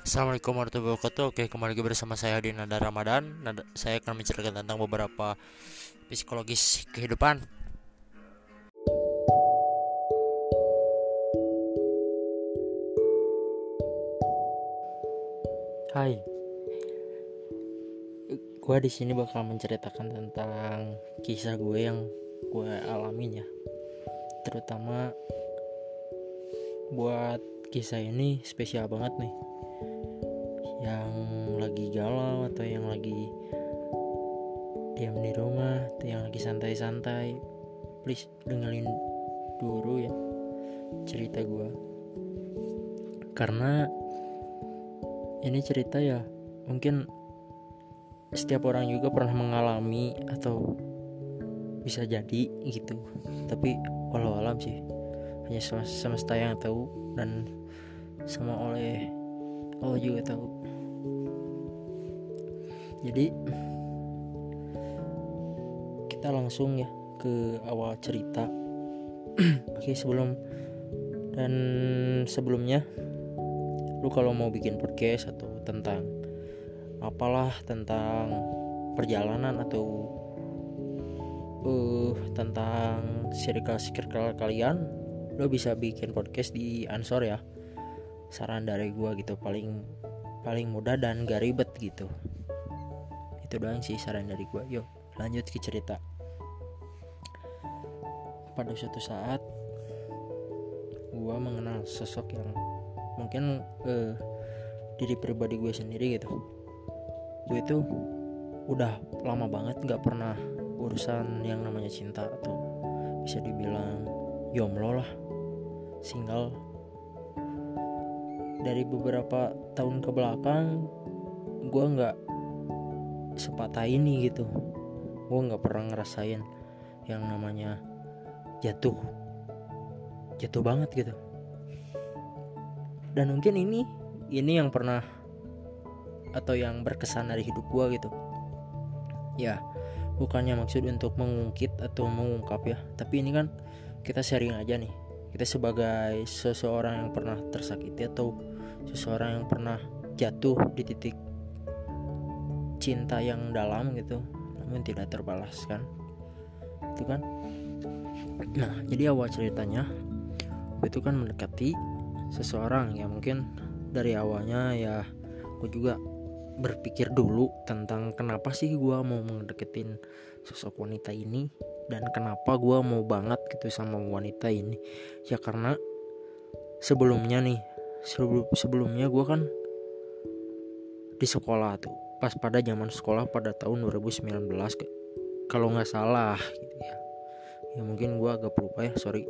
Assalamualaikum warahmatullahi wabarakatuh. Oke, kembali lagi bersama saya di Nada Ramadan. Saya akan menceritakan tentang beberapa psikologis kehidupan. Hai, gue di sini bakal menceritakan tentang kisah gue yang gue alamin ya. Terutama buat kisah ini spesial banget nih. Yang lagi galau atau yang lagi diam di rumah atau yang lagi santai-santai, please dengerin dulu ya cerita gue. Karena ini cerita ya mungkin setiap orang juga pernah mengalami atau bisa jadi gitu, tapi walau alam sih hanya semesta yang tahu dan sama oleh Allah juga tahu. Jadi kita langsung ya ke awal cerita. Oke, sebelumnya lu kalau mau bikin podcast atau tentang apalah, tentang perjalanan atau tentang circle kalian, lu bisa bikin podcast di Anchor ya. Saran dari gua gitu, paling mudah dan gak ribet gitu. Itu doang sih saran dari gua. Yuk lanjut ke cerita. Pada suatu saat gua mengenal sosok yang mungkin diri pribadi gue sendiri gitu. Gue itu udah lama banget gak pernah urusan yang namanya cinta, atau bisa dibilang jomblo lah, single. Dari beberapa tahun ke belakang gue gak sepatah ini gitu. Gue gak pernah ngerasain yang namanya jatuh banget gitu. Dan mungkin ini yang pernah atau yang berkesan dari hidup gue gitu. Ya, bukannya maksud untuk mengungkit atau mengungkap ya, tapi ini kan kita sharing aja nih. Kita sebagai seseorang yang pernah tersakiti atau seseorang yang pernah jatuh di titik cinta yang dalam gitu, namun tidak terbalaskan. Itu kan. Nah, jadi awal ceritanya gue itu kan mendekati seseorang ya, mungkin dari awalnya ya gue juga berpikir dulu tentang kenapa sih gue mau mendeketin sosok wanita ini dan kenapa gue mau banget gitu sama wanita ini. Ya karena sebelumnya gue kan di sekolah tuh, pas pada zaman sekolah pada tahun 2019 kalau nggak salah gitu ya. Ya mungkin gue agak lupa ya, sorry.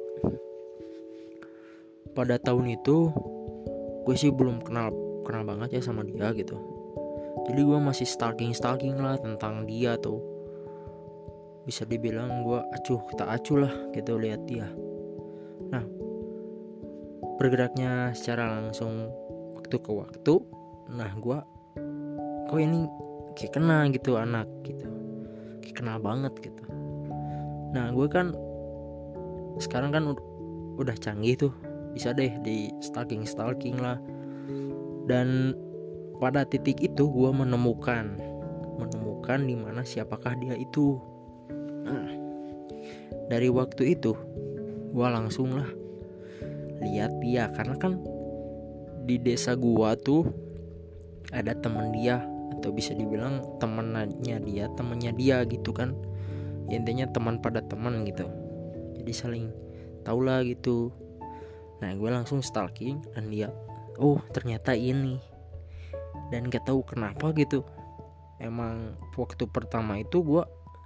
Pada tahun itu gue sih belum kenal banget ya sama dia gitu. Jadi gue masih stalking lah tentang dia tuh. Bisa dibilang gue tak acuh lah gitu lihat dia. Nah, bergeraknya secara langsung waktu ke waktu. Nah, gue kok ini kayak kena gitu anak gitu. Kayak kenal banget gitu. Nah, gue kan sekarang kan udah canggih tuh. Bisa deh di stalking lah. Dan pada titik itu gue menemukan di mana siapakah dia itu. Nah, dari waktu itu gue langsung lah lihat dia, karena kan di desa gue tuh ada teman dia, atau bisa dibilang temannya dia gitu kan. Intinya teman pada teman gitu. Jadi saling tahu lah gitu. Nah, gue langsung stalking dan lihat, oh ternyata ini. Dan gak tahu kenapa gitu, emang waktu pertama itu gue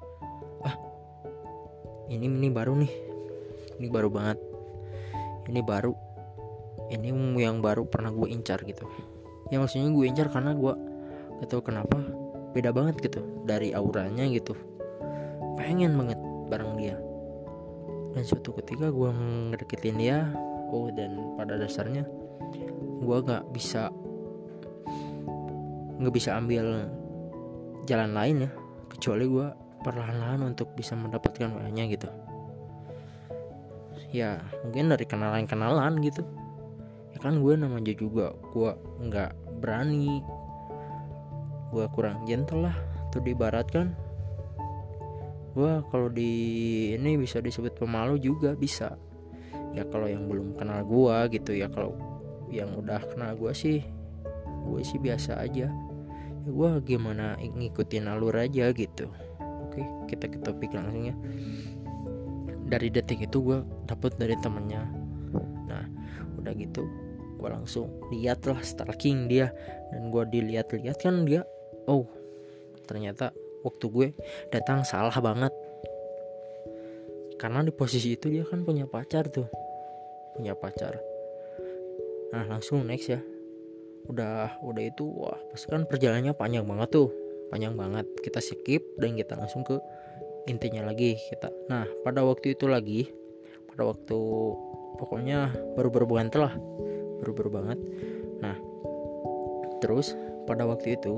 ini baru nih, ini baru banget, ini yang baru pernah gue incar gitu. Ya maksudnya gue incar karena gue gak tahu kenapa beda banget gitu dari auranya gitu, pengen banget bareng dia. Dan suatu ketika gue ngedeketin dia, dan pada dasarnya gue nggak bisa ambil jalan lain ya, kecuali gue perlahan-lahan untuk bisa mendapatkan WA-nya gitu. Ya mungkin dari kenalan gitu. Ya kan gue namanya juga gue nggak berani, gue kurang gentle lah. Tuh diibaratkan gue kalau di ini bisa disebut pemalu juga bisa. Ya kalau yang belum kenal gue gitu ya, kalau yang udah kenal gue sih biasa aja. Ya gue gimana ngikutin alur aja gitu. Oke, kita ke topik langsung ya. Dari detik itu gue dapet dari temennya. Nah udah gitu gue langsung lihat lah, stalking dia. Dan gue dilihat-lihat kan dia, oh ternyata waktu gue datang salah banget. Karena di posisi itu dia kan punya pacar. Nah langsung next ya. Udah itu wah pas kan perjalanannya panjang banget. Kita skip dan kita langsung ke intinya lagi kita. Nah pada waktu pokoknya baru banget. Nah terus pada waktu itu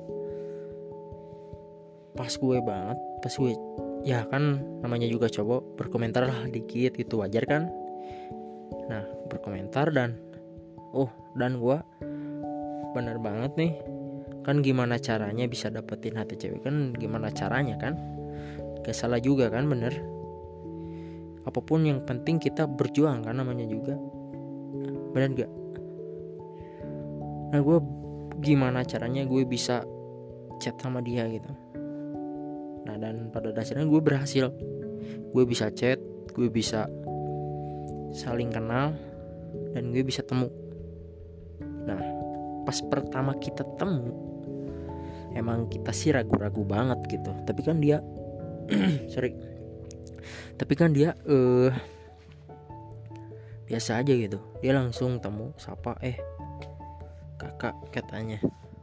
pas gue ya kan namanya juga cowok, berkomentar lah dikit gitu, wajar kan. Nah berkomentar dan gue bener banget nih kan, gimana caranya bisa dapetin hati cewek kan, gimana caranya kan, gak salah juga kan, bener. Apapun yang penting kita berjuang kan, namanya juga, bener gak? Nah gue gimana caranya gue bisa chat sama dia gitu. Nah dan pada dasarnya gue berhasil. Gue bisa chat, gue bisa saling kenal, dan gue bisa temu. Nah pas pertama kita temu emang kita sih ragu-ragu banget gitu. Tapi kan dia biasa aja gitu. Dia langsung temu, sapa, kakak katanya.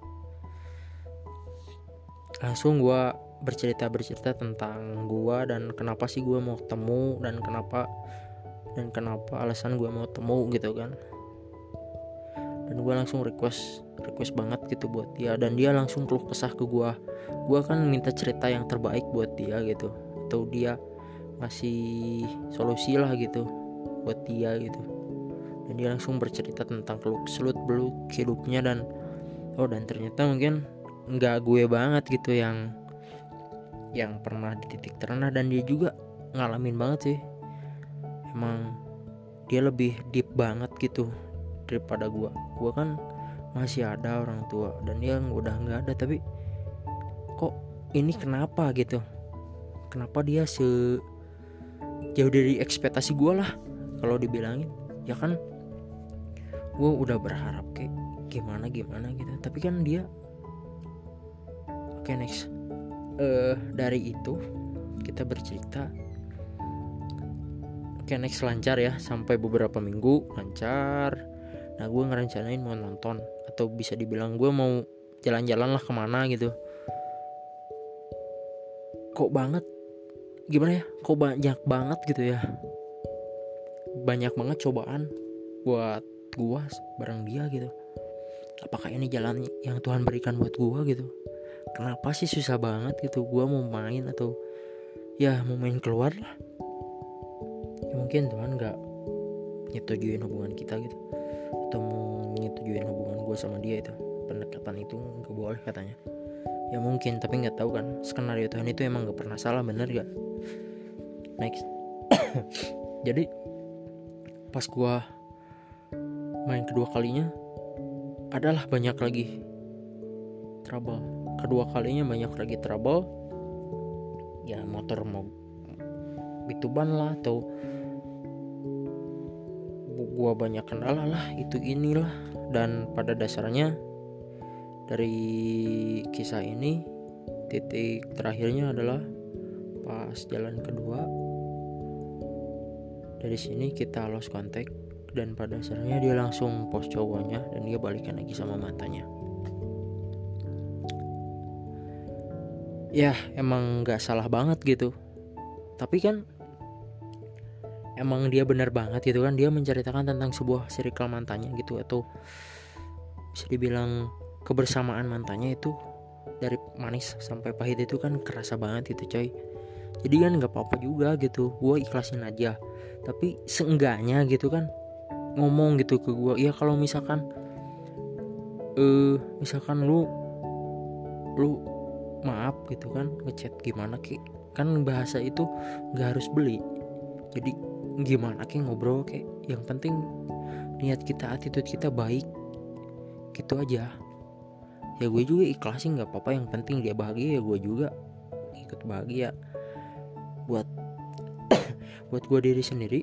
Langsung gue bercerita tentang gue dan kenapa sih gue mau temu, dan kenapa alasan gue mau temu gitu kan. Dan gue langsung request banget gitu buat dia, dan dia langsung keluh kesah ke gue kan minta cerita yang terbaik buat dia gitu, atau dia ngasih solusi lah gitu buat dia gitu. Dan dia langsung bercerita tentang seluk beluk hidupnya, dan ternyata mungkin nggak gue banget gitu yang pernah di titik terendah, dan dia juga ngalamin banget sih. Emang dia lebih deep banget gitu daripada gue kan masih ada orang tua dan dia udah nggak ada, tapi kok ini kenapa gitu, kenapa dia jauh dari ekspektasi gue lah kalau dibilangin. Ya kan gue udah berharap kayak gimana gitu, tapi kan dia oke, next. Dari itu kita bercerita, oke, next lancar ya, sampai beberapa minggu lancar. Nah gue ngerencanain mau nonton, atau bisa dibilang gue mau jalan-jalan lah kemana gitu. Kok banget gitu ya, banyak banget cobaan buat gue bareng dia gitu. Apakah ini jalan yang Tuhan berikan buat gue gitu? Kenapa sih susah banget gitu gue mau main, atau ya mau main keluar lah. Ya mungkin Tuhan gak nyetujuin hubungan kita gitu, atau mau nyetujuin hubungan gue sama dia itu, pendekatan itu gak boleh katanya. Ya mungkin, tapi gak tahu kan, skenario Tuhan itu emang gak pernah salah, bener gak? Next. Jadi pas gue main kedua kalinya adalah banyak lagi trouble. Ya motor mau bituban lah, atau gua banyak kendala lah, itu inilah. Dan pada dasarnya dari kisah ini, titik terakhirnya adalah pas jalan kedua. Dari sini kita lost contact, dan pada dasarnya dia langsung post cowoknya, dan dia balikan lagi sama mantannya. Ya emang gak salah banget gitu, tapi kan emang dia benar banget gitu kan. Dia menceritakan tentang sebuah circle mantannya gitu, atau bisa dibilang kebersamaan mantannya itu dari manis sampai pahit itu kan kerasa banget gitu coy. Jadi kan gak apa-apa juga gitu, gue ikhlasin aja. Tapi seenggaknya gitu kan ngomong gitu ke gue. Ya kalau misalkan misalkan lu maaf gitu kan, ngechat gimana ki, kan bahasa itu nggak harus beli, jadi gimana ki ngobrol ki, yang penting niat kita, attitude kita baik gitu aja. Ya gue juga ikhlasin, nggak apa-apa, yang penting dia bahagia, ya gue juga ikut bahagia. Buat gue diri sendiri,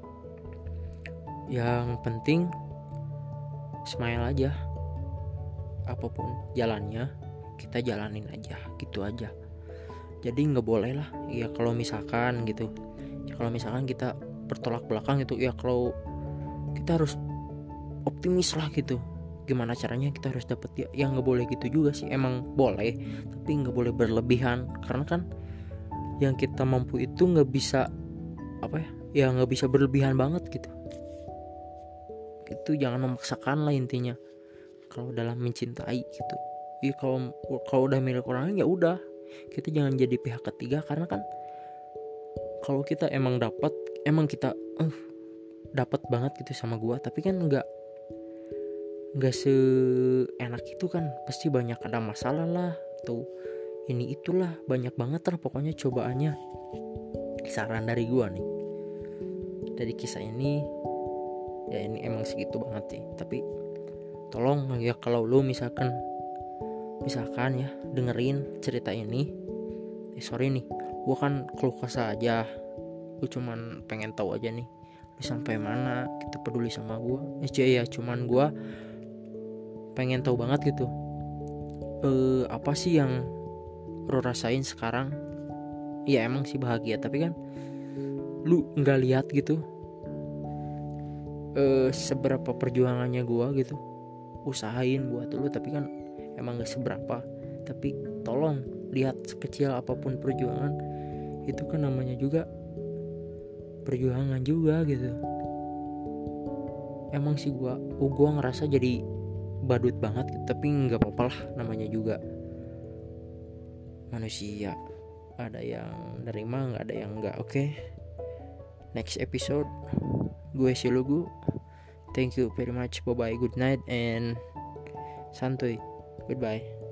yang penting smile aja, apapun jalannya kita jalanin aja gitu aja. Jadi nggak boleh lah ya kalau misalkan gitu, kalau misalkan kita bertolak belakang gitu ya, kalau kita harus optimis lah gitu, gimana caranya kita harus dapet ya, yang nggak boleh gitu juga sih, emang boleh tapi nggak boleh berlebihan, karena kan yang kita mampu itu nggak bisa ya nggak bisa berlebihan banget gitu. Itu jangan memaksakan lah intinya kalau dalam mencintai gitu. Ya kalau udah milik orang lain ya udah, kita jangan jadi pihak ketiga, karena kan kalau kita emang kita dapat banget gitu sama gua, tapi kan nggak seenak itu kan, pasti banyak ada masalah lah atau ini itulah, banyak banget lah pokoknya cobaannya. Saran dari gua nih dari kisah ini, ya ini emang segitu banget sih, tapi tolong ya kalau lu misalkan ya dengerin cerita ini, sorry nih, gua kan keluh kesah aja, gua cuman pengen tahu aja nih lu sampai mana gitu peduli sama gua. Ya cuman gua pengen tahu banget gitu, apa sih yang lu rasain sekarang. Ya emang sih bahagia, tapi kan lu nggak lihat gitu seberapa perjuangannya gua gitu, usahain buat lu, tapi kan emang gak seberapa. Tapi tolong lihat, sekecil apapun perjuangan itu kan namanya juga perjuangan juga gitu. Emang sih gua ngerasa jadi badut banget gitu, tapi nggak apa-apa lah, namanya juga manusia, ada yang nerima, nggak ada yang nggak. Oke. Next episode gue si Lugu. Thank you very much, bye bye, good night and santuy, goodbye.